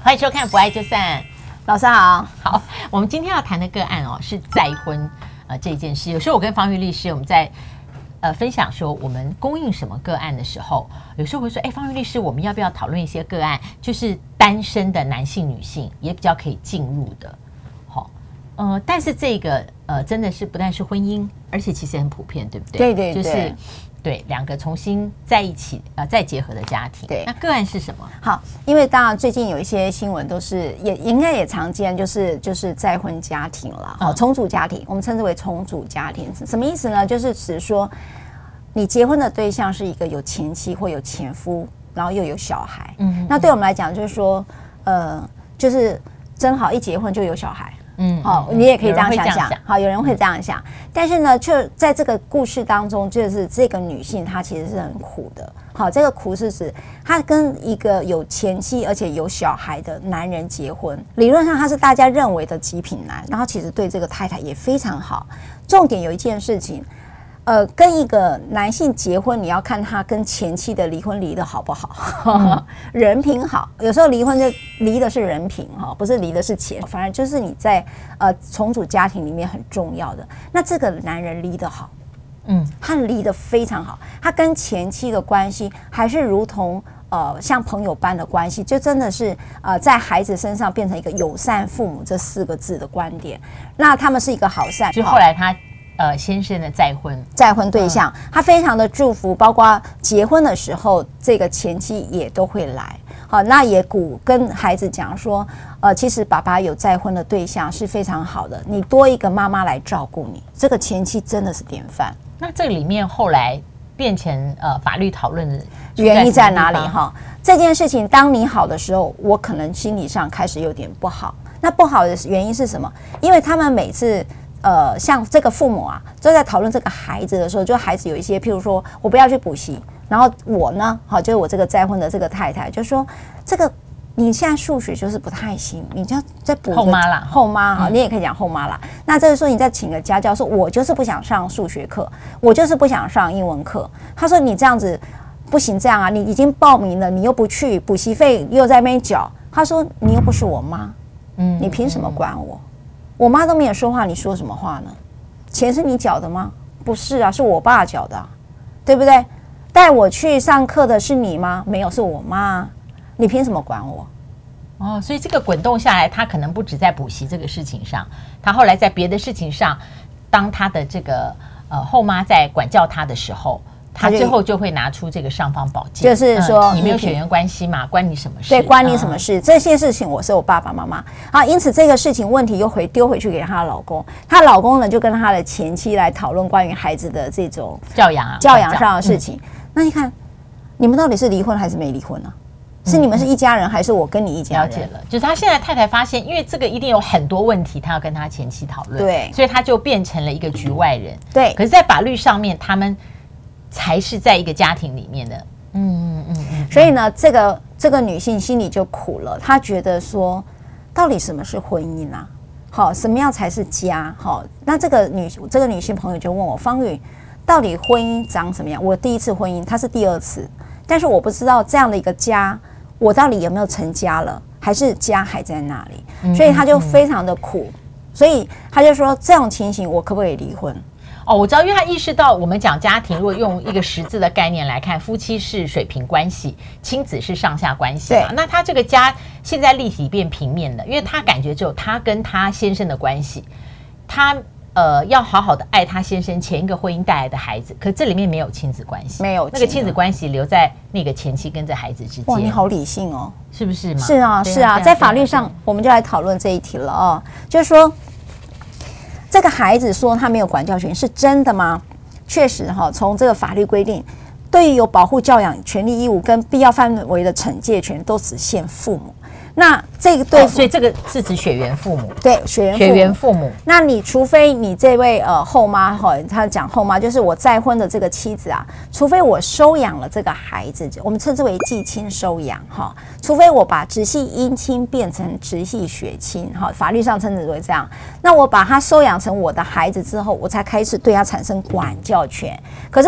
欢迎收看《不爱就散》。 老师好。 好，我们今天要谈的个案哦，是再婚这件事。有时候我跟方玉律师我们在分享说我们供应什么个案的时候，有时候会说，方玉律师，我们要不要讨论一些个案，就是单身的男性、女性也比较可以进入的。好，但是这个真的是不但是婚姻，而且其实很普遍，对不对？ 对对对， 就是对两个重新在一起再结合的家庭。 对， 那个案是什么？ 好，因为当然最近有一些新闻都是也应该也常见，就是再婚家庭了，重组家庭，我们称之为重组家庭。什么意思呢？就是指说你结婚的对象是一个有前妻或有前夫，然后又有小孩。那对我们来讲就是说，就是真好一结婚就有小孩。你也可以这样想想。好，有人会这样想，但是呢，就在这个故事当中，就是这个女性她其实是很苦的。好，这个苦是指她跟一个有前妻而且有小孩的男人结婚，理论上他是大家认为的极品男，然后其实对这个太太也非常好。重点有一件事情。跟一个男性结婚，你要看他跟前妻的离婚离得好不好，人品好。有时候离婚就离的是人品哈，不是离的是钱，反而就是你在重组家庭里面很重要的。那这个男人离得好，他离得非常好，他跟前妻的关系还是如同像朋友般的关系，就真的是在孩子身上变成一个友善父母这4个字的观点。那他们是一个好善， 就后来他。先生的再婚对象，他非常的祝福，包括结婚的时候，这个前妻也都会来。好，那也跟孩子讲说，其实爸爸有再婚的对象是非常好的，你多一个妈妈来照顾你，这个前妻真的是典范。 那这里面后来变成法律讨论的原因在哪里？哈，这件事情当你好的时候，我可能心理上开始有点不好。那不好的原因是什么？因为他们每次。像这个父母啊，就在讨论这个孩子的时候，就孩子有一些，譬如说我不要去补习，然后我呢，好，就是我这个再婚的这个太太，就说这个你现在数学就是不太行，你就要再补后妈啦， 后妈哈，你也可以讲后妈啦。那这个时候你再请个家教，说我就是不想上数学课，我就是不想上英文课。他说你这样子不行，这样啊，你已经报名了，你又不去，补习费又在那边缴。他说你又不是我妈，你凭什么管我？我妈都没有说话，你说什么话呢？钱是你缴的吗？不是啊，是我爸缴的，对不对？带我去上课的是你吗？没有，是我妈。你凭什么管我？ 所以这个滚动下来，他可能不止在补习这个事情上，他后来在别的事情上，当他的这个后妈在管教他的时候。他最后就会拿出这个尚方宝剑， 就是说你没有血缘关系嘛，关你什么事？ 对，关你什么事？这些事情我是我爸爸妈妈啊，因此这个事情问题又丢回去给她的老公，她老公呢就跟她的前妻来讨论关于孩子的这种教养上的事情。那你看，你们到底是离婚还是没离婚呢？是你们是一家人，还是我跟你一家人？ 了解了，就是他现在太太发现，因为这个一定有很多问题，他要跟他前妻讨论， 对， 所以他就变成了一个局外人。 对， 可是，在法律上面，他们才是在一个家庭里面的， 所以呢，这个女性心里就苦了，她觉得说，到底什么是婚姻啊？好，什么样才是家？好，那这个女性朋友就问我，方宇，到底婚姻长什么样？我第一次婚姻，她是第2次，但是我不知道这样的一个家，我到底有没有成家了，还是家还在那里？所以她就非常的苦，所以她就说，这种情形我可不可以离婚？ 我知道，因为他意识到我们讲家庭，如果用一个10字的概念来看，夫妻是水平关系，亲子是上下关系嘛。那他这个家现在立体变平面了，因为他感觉只有他跟他先生的关系，他要好好的爱他先生前一个婚姻带来的孩子，可这里面没有亲子关系， 没有那个亲子关系留在那个前妻跟这孩子之间。 哇，你好理性哦， 是不是嘛？ 是啊，是啊，在法律上我们就来讨论这一题了哦，就是说。这个孩子说他没有管教权是真的吗？确实哈，从这个法律规定，对于有保护教养权利义务跟必要范围的惩戒权都只限父母。那这个对， 所以这个是指血缘父母， 对，血缘父母。那你除非你这位后妈哈，他讲后妈就是我再婚的这个妻子啊，除非我收养了这个孩子，我们称之为继亲收养哈，除非我把直系姻亲变成直系血亲哈，法律上称之为这样。那我把他收养成我的孩子之后，我才开始对他产生管教权。可是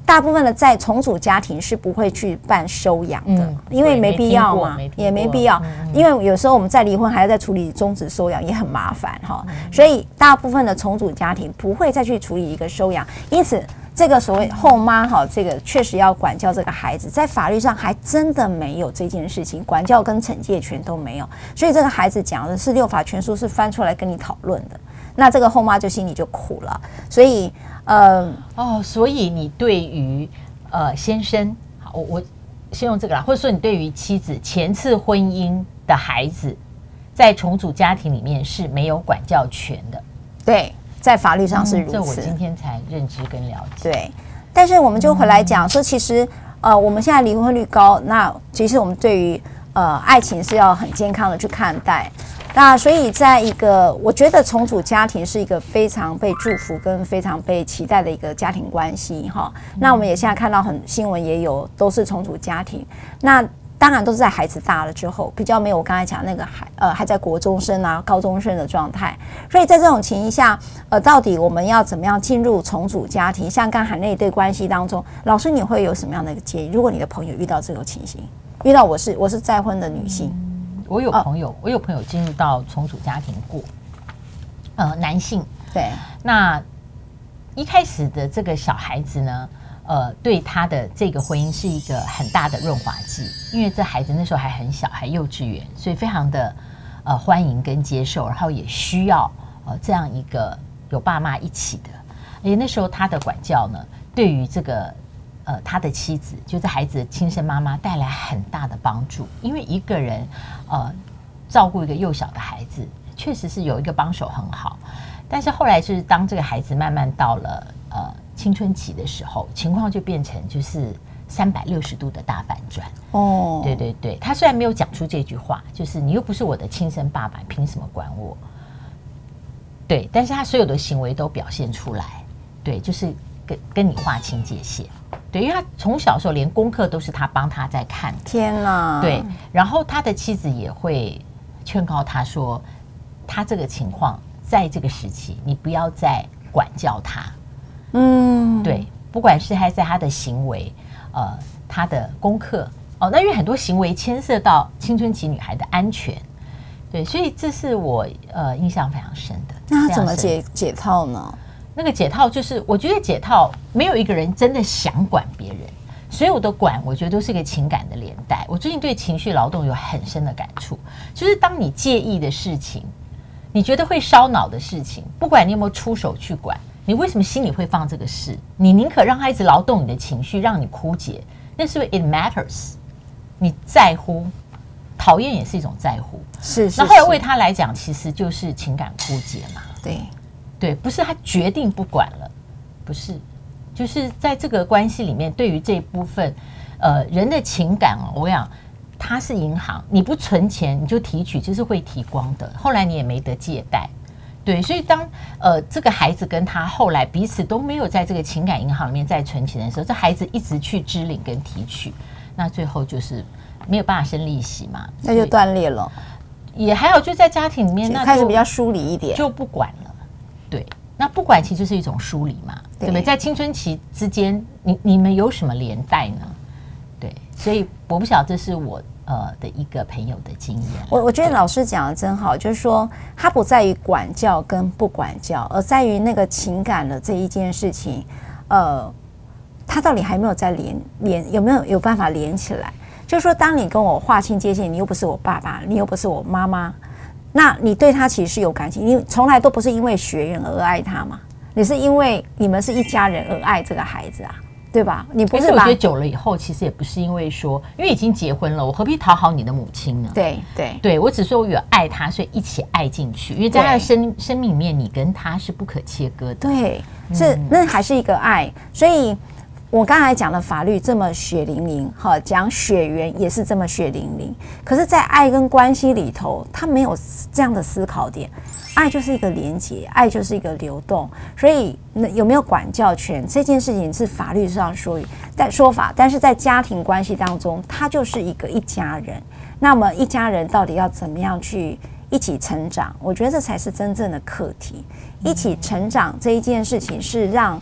大部分的在重组家庭是不会去办收养的，因为没必要嘛，也没必要。因为有时候我们在离婚还要再处理终止收养，也很麻烦哈。所以大部分的重组家庭不会再去处理一个收养，因此这个所谓后妈哈，这个确实要管教这个孩子，在法律上还真的没有这件事情，管教跟惩戒权都没有。所以这个孩子讲的是六法全书是翻出来跟你讨论的，那这个后妈就心里就苦了，所以。 所以你对于先生，好，我先用这个啦，或者说你对于妻子前次婚姻的孩子，在重组家庭里面是没有管教权的。 对，在法律上是如此。 这我今天才认知跟了解。 对，但是我们就回来讲说，其实我们现在离婚率高，那其实我们对于爱情是要很健康的去看待。那所以在一个我觉得重组家庭是一个非常被祝福跟非常被期待的一个家庭关系哈。那我们也现在看到很新闻也有都是重组家庭，那当然都是在孩子大了之后，比较没有我刚才讲那个还在国中生啊高中生的状态。所以在这种情形下到底我们要怎么样进入重组家庭，像刚才那一对关系当中，老师你会有什么样的一个建议？如果你的朋友遇到这种情形，遇到我是再婚的女性， 我有朋友进入到重组家庭过，男性。 对， 那一开始的这个小孩子呢，对他的这个婚姻是一个很大的润滑剂，因为这孩子那时候还很小，还幼稚园，所以非常的欢迎跟接受，然后也需要这样一个有爸妈一起的，而且那时候他的管教呢，对于这个。他的妻子就是孩子的亲生妈妈带来很大的帮助，因为一个人照顾一个幼小的孩子，确实是有一个帮手很好。但是后来就是当这个孩子慢慢到了青春期的时候，情况就变成就是360度的大反转。哦，对对对，他虽然没有讲出这句话，就是你又不是我的亲生爸爸，凭什么管我？对，但是他所有的行为都表现出来，对，就是跟你划清界限。对，因为他从小的时候连功课都是他帮他在看。 天哪！ 对，然后他的妻子也会劝告他说，他这个情况在这个时期，你不要再管教他。对，不管是还在他的行为，他的功课，那因为很多行为牵涉到青春期女孩的安全。对，所以这是我印象非常深的。 那他怎么解套呢？ 那个解套就是，我觉得解套没有一个人真的想管别人，所有的管，我觉得都是一个情感的连带。我最近对情绪劳动有很深的感触，就是当你介意的事情，你觉得会烧脑的事情，不管你有没有出手去管，你为什么心里会放这个事？你宁可让他一直劳动你的情绪，让你枯竭，那是不是 it matters？ 你在乎，讨厌也是一种在乎。 是。 那后来为他来讲，其实就是情感枯竭嘛。 对。 对，不是他决定不管了，不是，就是在这个关系里面，对于这一部分，人的情感我想它是银行，你不存钱你就提取，就是会提光的。后来你也没得借贷，对，所以当这个孩子跟他后来彼此都没有在这个情感银行里面再存钱的时候，这孩子一直去支领跟提取，那最后就是没有办法生利息嘛， 那就断裂了。 也还好，就在家庭里面，那开始比较疏离一点， 就不管了。对，那不管其实就是一种疏离嘛，对不对？在青春期之间，你们有什么连带呢？对，所以我不晓得这是我的一个朋友的经验。 我觉得老师讲的真好，就是说它不在于管教跟不管教，而在于那个情感的这一件事情，它到底还没有在有没有办法连起来？就是说，当你跟我划清界限，你又不是我爸爸，你又不是我妈妈。那你对他其实是有感情，你从来都不是因为血缘而爱他嘛，你是因为你们是一家人而爱这个孩子啊，对吧？你不是我觉得久了以后，其实也不是因为说，因为已经结婚了，我何必讨好你的母亲呢？ 对， 我只说我有爱他，所以一起爱进去，因为在他的生命里面，你跟他是不可切割的。 对，是那还是一个爱，所以。我刚才讲的法律这么血淋淋，讲血缘也是这么血淋淋。可是，在爱跟关系里头，他没有这样的思考点。爱就是一个连结，爱就是一个流动。所以，有没有管教权这件事情是法律上说法，但是在家庭关系当中，他就是一家人。那么，一家人到底要怎么样去一起成长？我觉得这才是真正的课题。一起成长这一件事情是让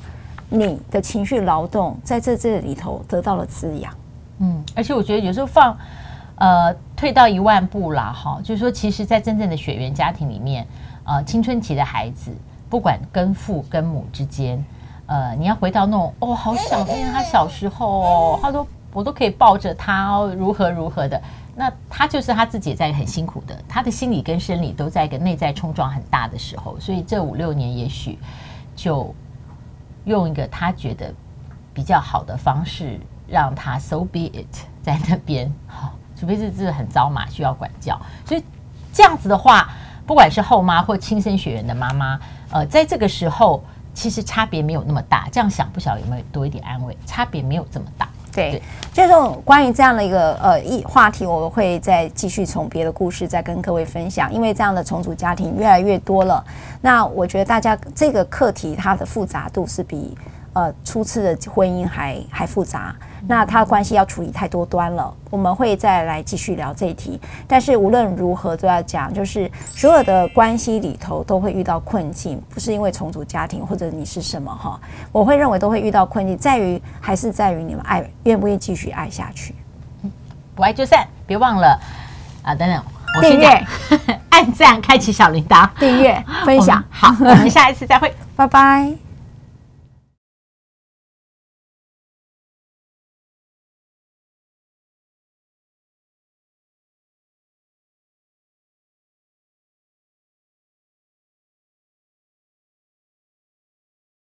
你的情绪劳动在这里头得到了滋养。 而且我觉得有时候退到1万步啦，就是说，其实，在真正的血缘家庭里面，青春期的孩子，不管跟父跟母之间，你要回到那种好想念他小时候我都可以抱着他如何如何的，那他就是他自己也在很辛苦的，他的心理跟生理都在一个内在冲撞很大的时候，所以这5、6年也许就用一个他觉得比较好的方式，让他 so be it 在那边，除非是很糟嘛，需要管教。所以这样子的话，不管是后妈或亲生血缘的妈妈，在这个时候其实差别没有那么大。这样想不晓得有没有多一点安慰？差别没有这么大。 对，就是关于这样的一个话题，我会再继续从别的故事再跟各位分享。因为这样的重组家庭越来越多了，那我觉得大家这个课题它的复杂度是比初次的婚姻还复杂，那它的关系要处理太多端了，我们会再来继续聊这一题。但是无论如何都要讲，就是所有的关系里头都会遇到困境，不是因为重组家庭或者你是什么我会认为都会遇到困境，还是在于你们愿不愿意继续爱下去。 不爱就散，别忘了等等，我订阅、 按赞、开启小铃铛、 订阅、分享。 好，我们下一次再会， 拜拜。